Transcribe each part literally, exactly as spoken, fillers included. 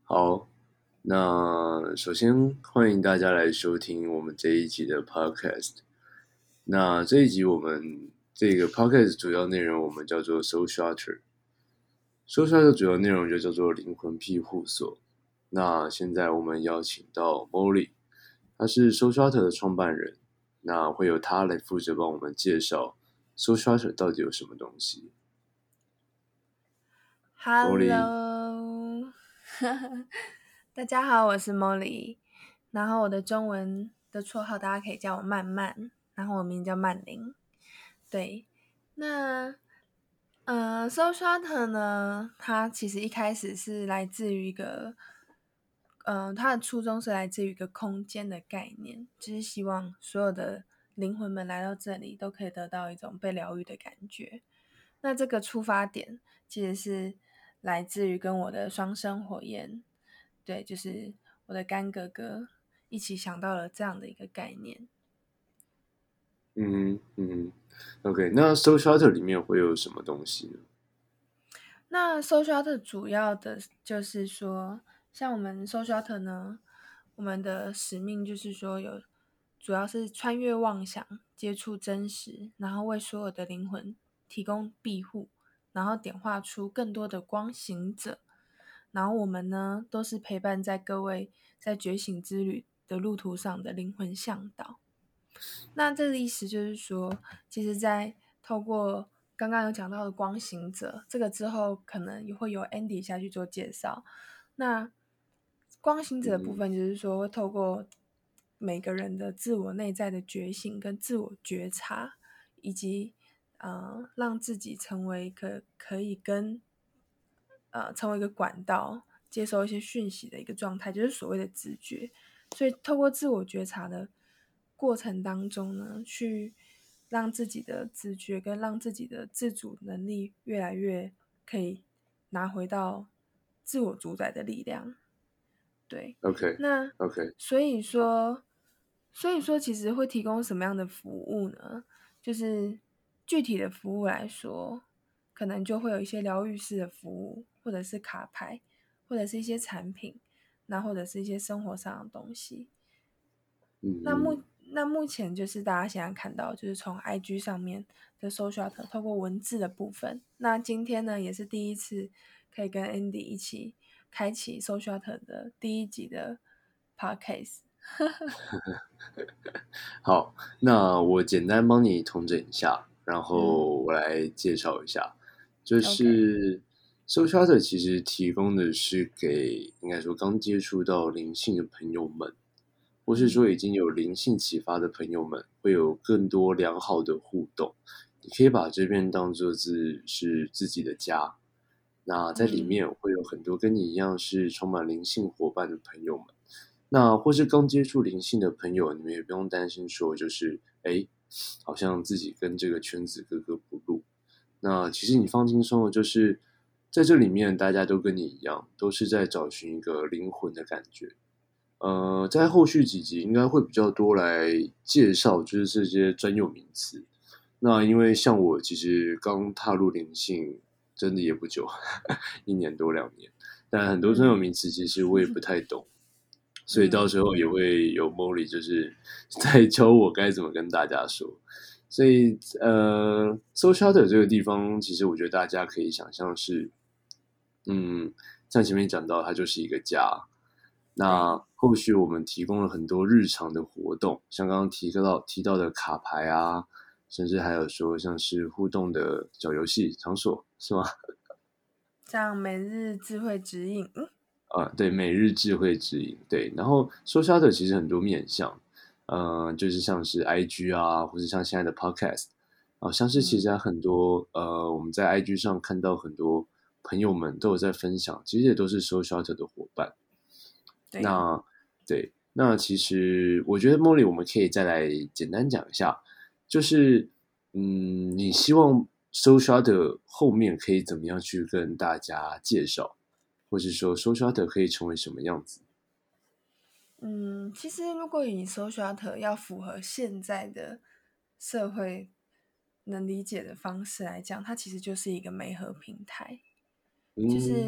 好，那首先欢迎大家来收听我们这一集的 Podcast。那这一集我们这个 Podcast 主要内容我们叫做 Soul Shelter，Soul Shelter 主要内容就叫做灵魂庇护所。那现在我们邀请到 Molly，他是 Soul Shelter 的创办人，那会由他来负责帮我们介绍 Soul Shelter 到底有什么东西。Molly， Hello，大家好，我是 Molly，然后我的中文的绰号大家可以叫我曼曼，然后我名叫曼玲。对，那呃，Soul Shelter 呢，它其实一开始是来自于一个，呃，它的初衷是来自于一个空间的概念，就是希望所有的灵魂们来到这里都可以得到一种被疗愈的感觉。那这个出发点其实是来自于跟我的双生火焰，对，就是我的干哥哥一起想到了这样的一个概念。 嗯哼嗯哼，OK，那 Soul Shelter 里面会有什么东西呢？ 那 Soul Shelter 主要的就是说，像我们 Soul Shelter 呢，我们的使命就是说有，主要是穿越妄想，接触真实，然后为所有的灵魂提供庇护，然后点化出更多的光行者。然后我们呢，都是陪伴在各位在觉醒之旅的路途上的灵魂向导。那这个意思就是说，其实在透过刚刚有讲到的光行者，这个之后可能也会由 Andy 下去做介绍。那光行者的部嗯分就是说，会透过每个人的自我内在的觉醒跟自我觉察，以及呃让自己成为可可以跟呃成为一个管道，接收一些讯息的一个状态，就是所谓的直觉。所以透过自我觉察的过程当中呢，去让自己的直觉跟让自己的自主能力越来越可以拿回到自我主宰的力量。对， ，OK 那 OK， 所以说，所以说其实会提供什么样的服务呢？就是具体的服务来说，可能就会有一些疗愈式的服务，或者是卡牌，或者是一些产品，那或者是一些生活上的东西。那嗯目那目前就是大家现在看到，就是从 I G 上面的 social 透过文字的部分。那今天呢，也是第一次可以跟 Andy 一起开启 social 的第一集的 podcast。 好，那我简单帮你统整一下，然嗯后我来介绍一下，就 ，OK， 是 Soul Charter 其实提供的是给应该说刚接触到灵性的朋友们，或是说嗯已经有灵性启发的朋友们，会有更多良好的互动。你可以把这边当做是是自己的家，那在里嗯面会有很多跟你一样是充满灵性伙伴的朋友们。那或是刚接触灵性的朋友，你们也不用担心说，就是哎，好像自己跟这个圈子格格不入。那其实你放轻松的，就是在这里面，大家都跟你一样，都是在找寻一个灵魂的感觉。呃，在后续几集应该会比较多来介绍，就是这些专有名词。那因为像我其实刚踏入灵性，真的也不久，一年多两年，但很多专有嗯名词其实我也不太懂。所以到嗯时候也会有 Molly 就是在教我该怎么跟大家说。所以呃，Soul Shelter 这个地方，其实我觉得大家可以想象是，嗯，像前面讲到，它就是一个家。 对， 那后续我们提供了很多日常的活动，像刚刚提到提到的卡牌啊，甚至还有说像是互动的小游戏场所，是吗？ 像每日智慧指引，嗯啊，对，每日智慧指引，对，然后说 s h 其实很多面向，呃，就是像是 I G 啊，或者像现在的 Podcast，啊，像是其嗯， 实很多呃，我们在 I G 上看到很多朋友们都有在分享，其实也都是 s h 的伙伴。 对。 那对，那其实我觉得茉莉，我们可以再来简单讲一下，就是嗯，你希望 social 的后面可以怎么样去跟大家介绍，或是说 social 的可以成为什么样子？ 嗯，其实如果以 social 要符合现在的社会能理解的方式来讲，它其实就是一个媒合平台。就嗯是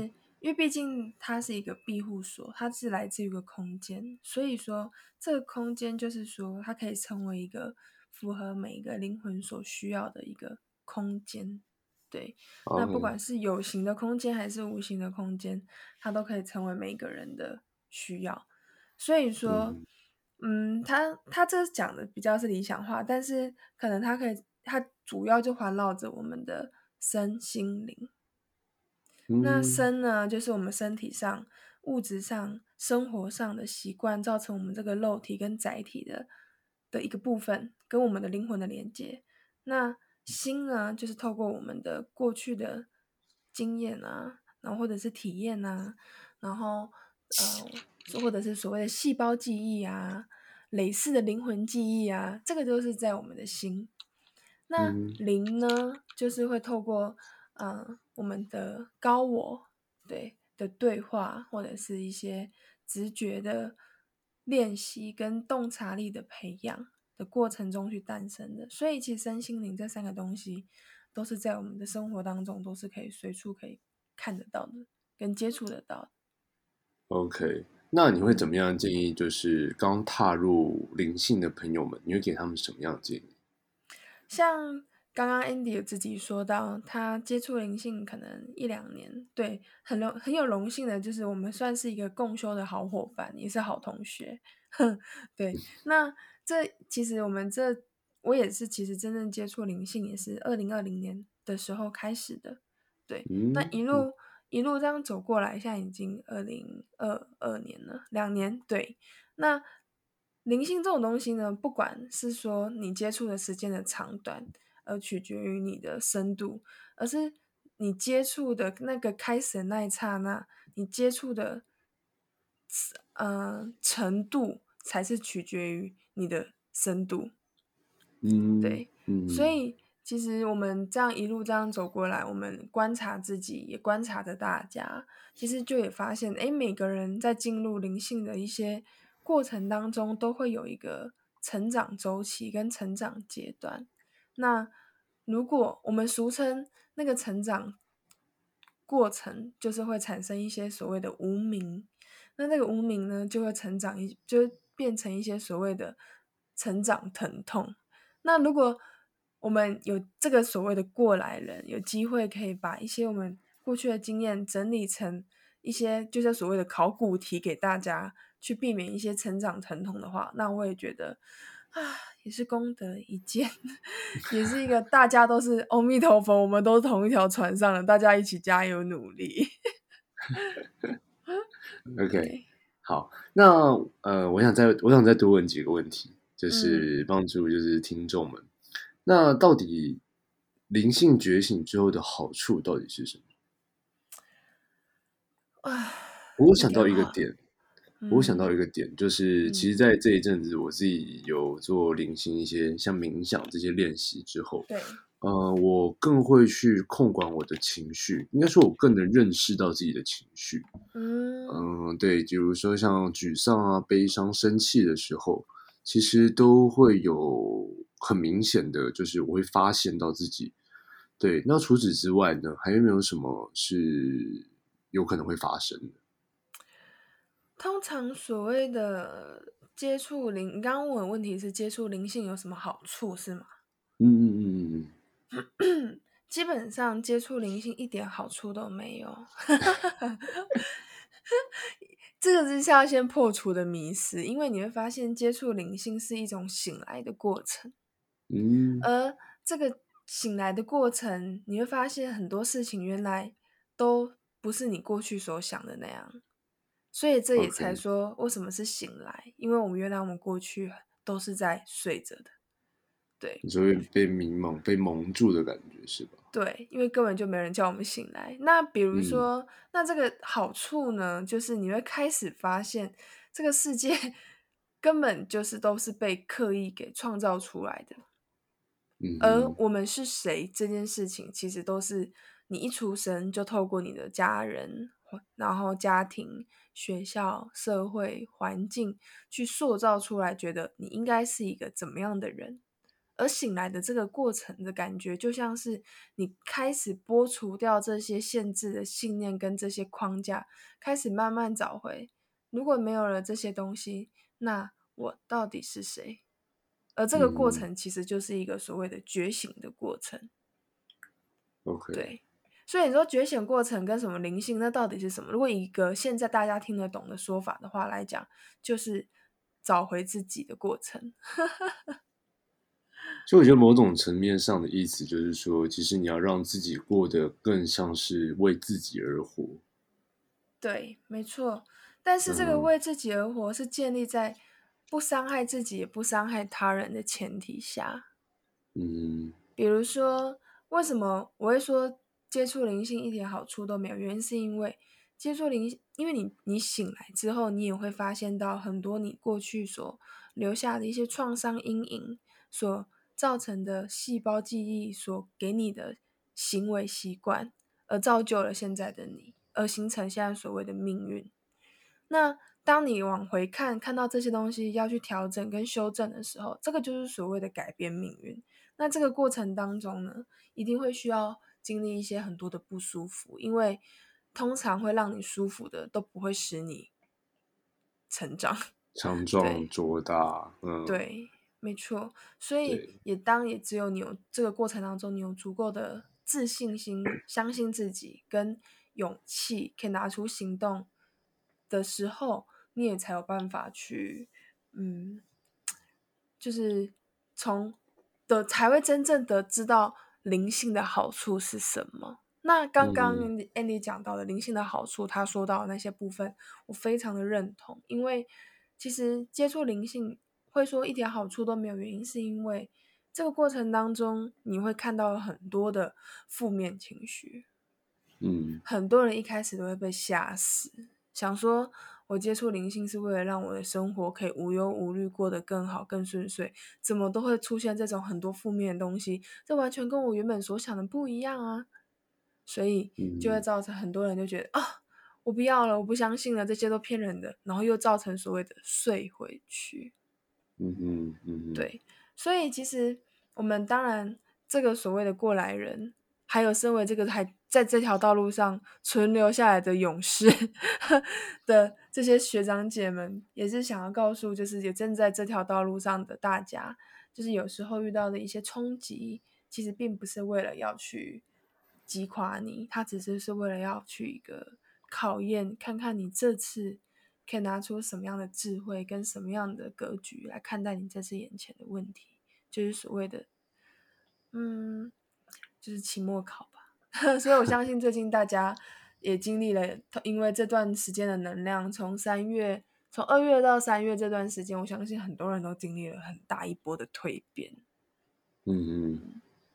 因为毕竟它是一个庇护所，它是来自于一个空间，所以说这个空间就是说它可以成为一个符合每一个灵魂所需要的一个空间。对，那不 ？OK， 管是有形的空间还是无形的空间，它都可以成为每一个人的需要。所以说， 嗯嗯，他他这讲的比较是理想化，但是可能他可以，他主要就环绕着我们的身心灵。那嗯身呢，就是我们身体上、物质上、生活上的习惯，造成我们这个肉体跟载体的的一个部分，跟我们的灵魂的连接。那心呢，就是透过我们的过去的经验啊，然后或者是体验啊，然后呃，或者是所谓的细胞记忆啊、累世的灵魂记忆啊，这个都是在我们的心。那嗯灵呢，就是会透过呃我们的高我对的对话，或者是一些直觉的练习跟洞察力的培养的过程中去诞生的。所以，其实身心灵这三个东西，都是在我们的生活当中都是可以随处可以看得到的，跟接触得到的。 ，OK。那你会怎嗯。 么样建议？就是刚踏入灵性的朋友们，你会给他们什么样的建议？ 像刚刚 Andy 有自己说到，他接触灵性可能一两年，对，很荣很有荣幸的，就是我们算是一个共修的好伙伴，也是好同学。对，那这其实我们这我也是，其实真正接触灵性也是二零二零年的时候开始的。对，那嗯嗯一路一路这样走过来，现在已经二零二二年了，两年。对，那灵性这种东西呢，不管是说你接触的时间的长短，而取决于你的深度，而是你接触的那个开始的那一刹那，你接触的呃程度，才是取决于你的深度。 嗯对，所嗯以其实我们这样一路这样走过来，我们观察自己，也观察着大家，其实就也发现，诶，每个人在进入灵性的一些过程当中，都会有一个成长周期跟成长阶段。那如果我们俗称那个成长过程，就是会产生一些所谓的无名，那那个无名呢，就会成长一，就会变成一些所谓的成长疼痛。那如果我们有这个所谓的过来人，有机会可以把一些我们过去的经验整理成一些就是所谓的考古题给大家，去避免一些成长疼痛的话，那我也觉得啊，也是功德一件，也是一个大家都是阿弥陀佛，我们都是同一条船上的，大家一起加油努力。 ，OK。 对， 好，那呃，我想再我想再多问几个问题，就嗯， 是帮助就是听众们。那到底灵性觉醒之后的好处到底是什么？ 啊， 我一想到一个个好， 点，我想到嗯一个点，就是其实， 嗯， 在这一阵子，我自己有做灵性一些像冥想这些练习之后， 对， 呃，我更会去控管我的情绪，应该说，我更能认识到自己的情绪。 嗯。 嗯，对，比如说像沮丧啊、悲伤、生气的时候，其实都会有很明显的，就是我会发现到自己。对，那除此之外呢，还有没有什么是有可能会发生的？ 通常所谓的接触灵，你刚刚问我的问题是接触灵性有什么好处是吗？ 嗯嗯嗯嗯基本上接触灵性一点好处都没有。这个是要先破除的迷思，因为你会发现接触灵性是一种醒来的过程， 嗯而这个醒来的过程，你会发现很多事情原来都不是你过去所想的那样。所以这也才 ，OK。 说为什么是醒来，因为我们原来我们过去都是在睡着的。对你说会被迷茫、被蒙住的感觉是吧？ 对，因为根本就没人叫我们醒来。那比如嗯说，那这个好处呢，就是你会开始发现这个世界根本就是都是被刻意给创造出来的。而嗯哼我们是谁这件事情，其实都是你一出生就透过你的家人，然后家庭、学校、社会环境去塑造出来，觉得你应该是一个怎么样的人， 而醒来的这个过程的感觉，就像是你开始剥除掉这些限制的信念跟这些框架，开始慢慢找回。如果没有了这些东西，那我到底是谁？而这个过嗯程其实就是一个所谓的觉醒的过程。 ，OK。 对，所以你说觉醒过程跟什么灵性，那到底是什么？如果以一个现在大家听得懂的说法的话来讲，就是找回自己的过程。 所以我觉得某种层面上的意思就是说，其实你要让自己过得更像是为自己而活。 对，没错。但是这个嗯为自己而活是建立在不伤害自己也不伤害他人的前提下。 嗯比如说，为什么我会说接触灵性一点好处都没有？原因是因为接触灵，因为你你醒来之后，你也会发现到很多你过去所留下的一些创伤阴影所造成的细胞记忆所给你的行为习惯，而造就了现在的你，而形成现在所谓的命运。那当你往回看，看到这些东西要去调整跟修正的时候，这个就是所谓的改变命运。那这个过程当中呢，一定会需要经历一些很多的不舒服，因为通常会让你舒服的都不会使你成长。 强壮对硕大。嗯， 对，没错。所以对。 也当也只有你有这个过程当中，你有足够的自信心，相信自己跟勇气，可以拿出行动的时候，你也才有办法去，嗯，就是从的才会真正的知道灵性的好处是什么。那刚刚嗯 Andy 讲到的灵性的好处，他说到的那些部分，我非常的认同。因为其实接触灵性会说一点好处都没有，原因是因为这个过程当中你会看到很多的负面情绪。 嗯很多人一开始都会被吓死，想说我接触灵性是为了让我的生活可以无忧无虑，过得更好、更顺遂，怎么都会出现这种很多负面的东西？这完全跟我原本所想的不一样啊！所以就会嗯造成很多人就觉得啊，我不要了，我不相信了，这些都骗人的，然后又造成所谓的睡回去。 嗯嗯嗯对，所以其实我们当然这个所谓的过来人，还有身为这个还在这条道路上存留下来的勇士的这些学长姐们，也是想要告诉，就是也正在这条道路上的大家，就是有时候遇到的一些冲击，其实并不是为了要去击垮你，它只是是为了要去一个考验，看看你这次可以拿出什么样的智慧跟什么样的格局来看待你这次眼前的问题，就是所谓的，嗯，就是期末考吧。所以我相信最近大家也经历了，因为这段时间的能量，从三月，从二月到三月这段时间，我相信很多人都经历了很大一波的蜕变。 嗯嗯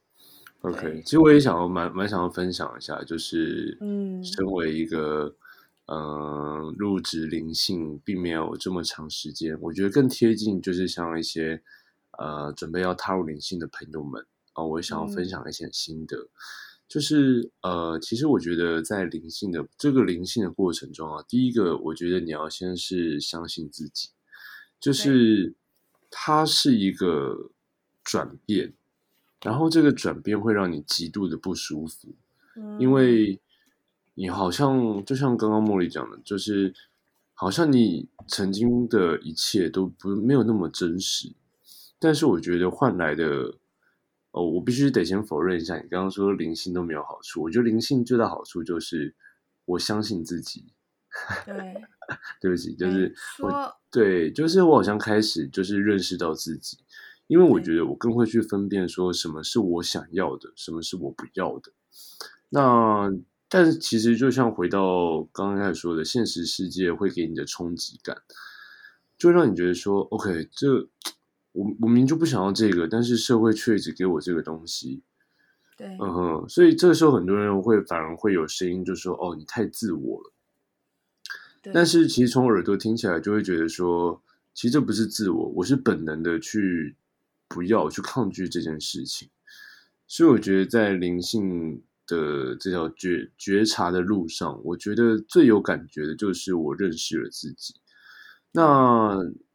，OK。 对， 其实我也想要蛮蛮想要分享一下，就是嗯， 身为一个嗯入职灵性并没有这么长时间，我觉得更贴近就是像一些呃准备要踏入灵性的朋友们啊、我也想要分嗯， 享一些心得。就是呃，其实我觉得在灵性的这个灵性的过程中啊，第一个我觉得你要先是相信自己，就对， 是它是一个转变，然后这个转变会让你极度的不舒服，因嗯， 为你好像就像刚刚茉莉讲的，就是好像你曾经的一切都不没有那么真实，但是我觉得换来的，哦，我必须得先否认一下，你刚刚说灵性都没有好处，我觉得灵性最大好处就是我相信自己。 对， 对不起，就没是我错， 对，就是我好像开始就是认识到自己，因为我对， 觉得我更会去分辨说什么是我想要的，什么是我不要的。 对， 那但是其实就像回到刚刚开始说的，现实世界会给你的冲击感，就会让你觉得说，OK，这我我明明就不想要这个，但是社会却一直给我这个东西。 对， 嗯哼，所以这个时候很多人会反而会有声音就说，哦，你太自我了。但对， 是其实从耳朵听起来就会觉得说，其实这不是自我，我是本能的去不要去抗拒这件事情。所以我觉得在灵性的这条觉觉察的路上，我觉得最有感觉的就是我认识了自己。 对， 那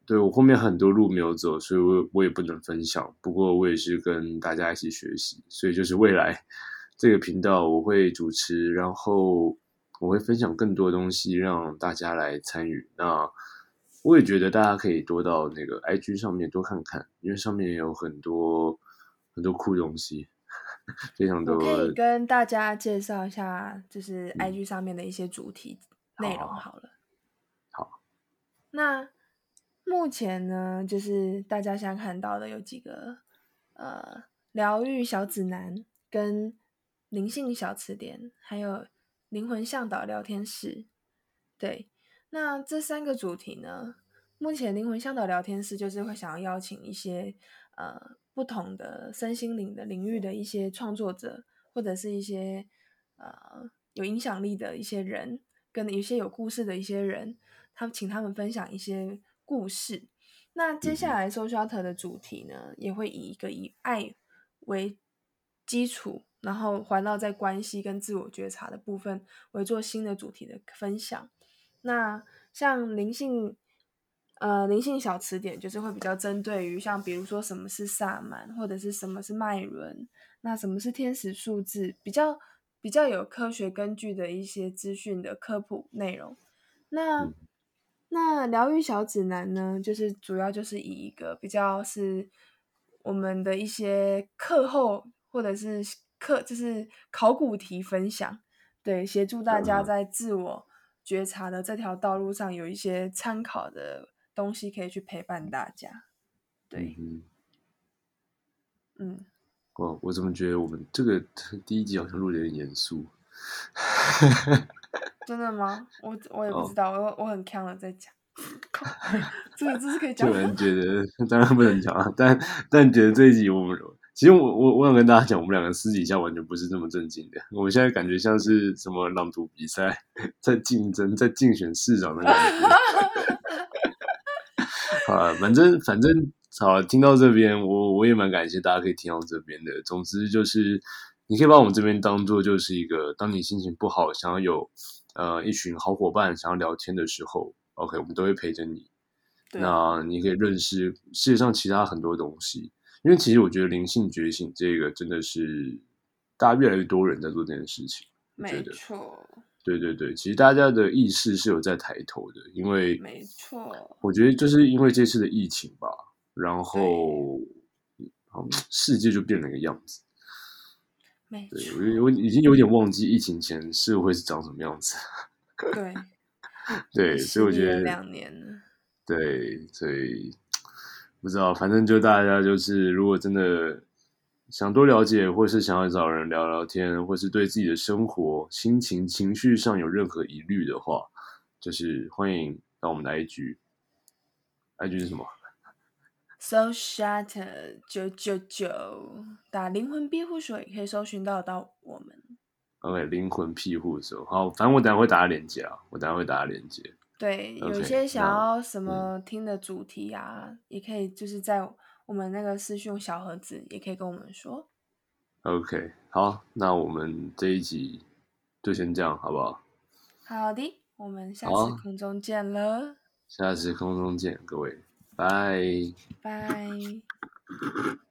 对，我后面很多路没有走，所以我我也不能分享。不过我也是跟大家一起学习，所以就是未来这个频道我会主持，然后我会分享更多东西让大家来参与。那我也觉得大家可以多到那个 I G 上面多看看，因为上面有很多很多酷东西，非常我可以多。 跟大家介绍一下，就是嗯， I G 上面的一些主题内好好好容好了。 好， 那目前呢，就是大家现在看到的有几个呃疗愈小指南、跟灵性小词典，还有灵魂向导聊天室。对，那这三个主题呢，目前灵魂向导聊天室就是会想要邀请一些呃不同的身心灵的领域的一些创作者，或者是一些呃有影响力的一些人，跟一些有故事的一些人。他们请他们分享一些故事。那接下嗯来 Social Shutter 的主题呢，也会以一个以爱为基础，然后环绕在关系跟自我觉察的部分为做新的主题的分享。那像灵性，呃，灵性小词典就是会比较针对于像比如说什么是萨满，或者是什么是脉轮，那什么是天使数字，比较比较有科学根据的一些资讯的科普内容。那嗯那疗愈小指南呢，就是主要就是以一个比较是我们的一些课后或者是课就是考古题分享，对，协助大家嗯在自我觉察的这条道路上有一些参考的东西可以去陪伴大家。对， 嗯哼。 嗯， 哦，我怎么觉得我们这个第一集好像录的有点严肃？ 真的吗？我我也不知哦， 道，我我很强的在讲，靠，这个这是可以讲吗？ 就有人觉得当然不能讲啊，但但觉得这一集我们其实我我我想跟大家讲，我们两个私底下完全不是这么正经的。我们现在感觉像是什么朗读比赛，在竞争，在竞选市长的感觉。好了，反正反正好了，听到这边，我我也蛮感谢大家可以听到这边的。总之就是，你可以把我们这边当做就是一个，当你心情不好，想要有呃一群好伙伴想要聊天的时候，OK，我们都会陪着你。 对啊， 那你可以认识世界上其他很多东西，因为其实我觉得灵性觉醒这个真的是大家越来越多人在做这件事情，我觉没得。 错， 对对对，其实大家的意识是有在抬头的，因为没错， 我觉得就是因为这次的疫情吧，然对， 后嗯世界就变了个样子。 没对，我我错， 已经有点忘记疫情前社会是长什么样子。 对，也对，所以洗礼了我觉得两年了。 对，所以不知道，反正就大家就是，如果真的想多了解，或是想要找人聊聊天，或是对自己的生活、心情、情绪上有任何疑虑的话，就是欢迎到我们的 I G，I G 是什么 So Shatter 九九九打灵魂庇护所也可以搜寻到到我们。 ？OK，灵魂庇护所。好，反正我等下会打链接啊，我等下会打链接。 对，有一 OK， 些想那要什嗯么听的主题啊，也可以就是在我们那个私讯小盒子，也可以跟我们说。 ，OK，好，那我们这一集就先这样，好不好？ 好的，我们下次好， 空中见了， 下次空中见，各位，拜。 拜。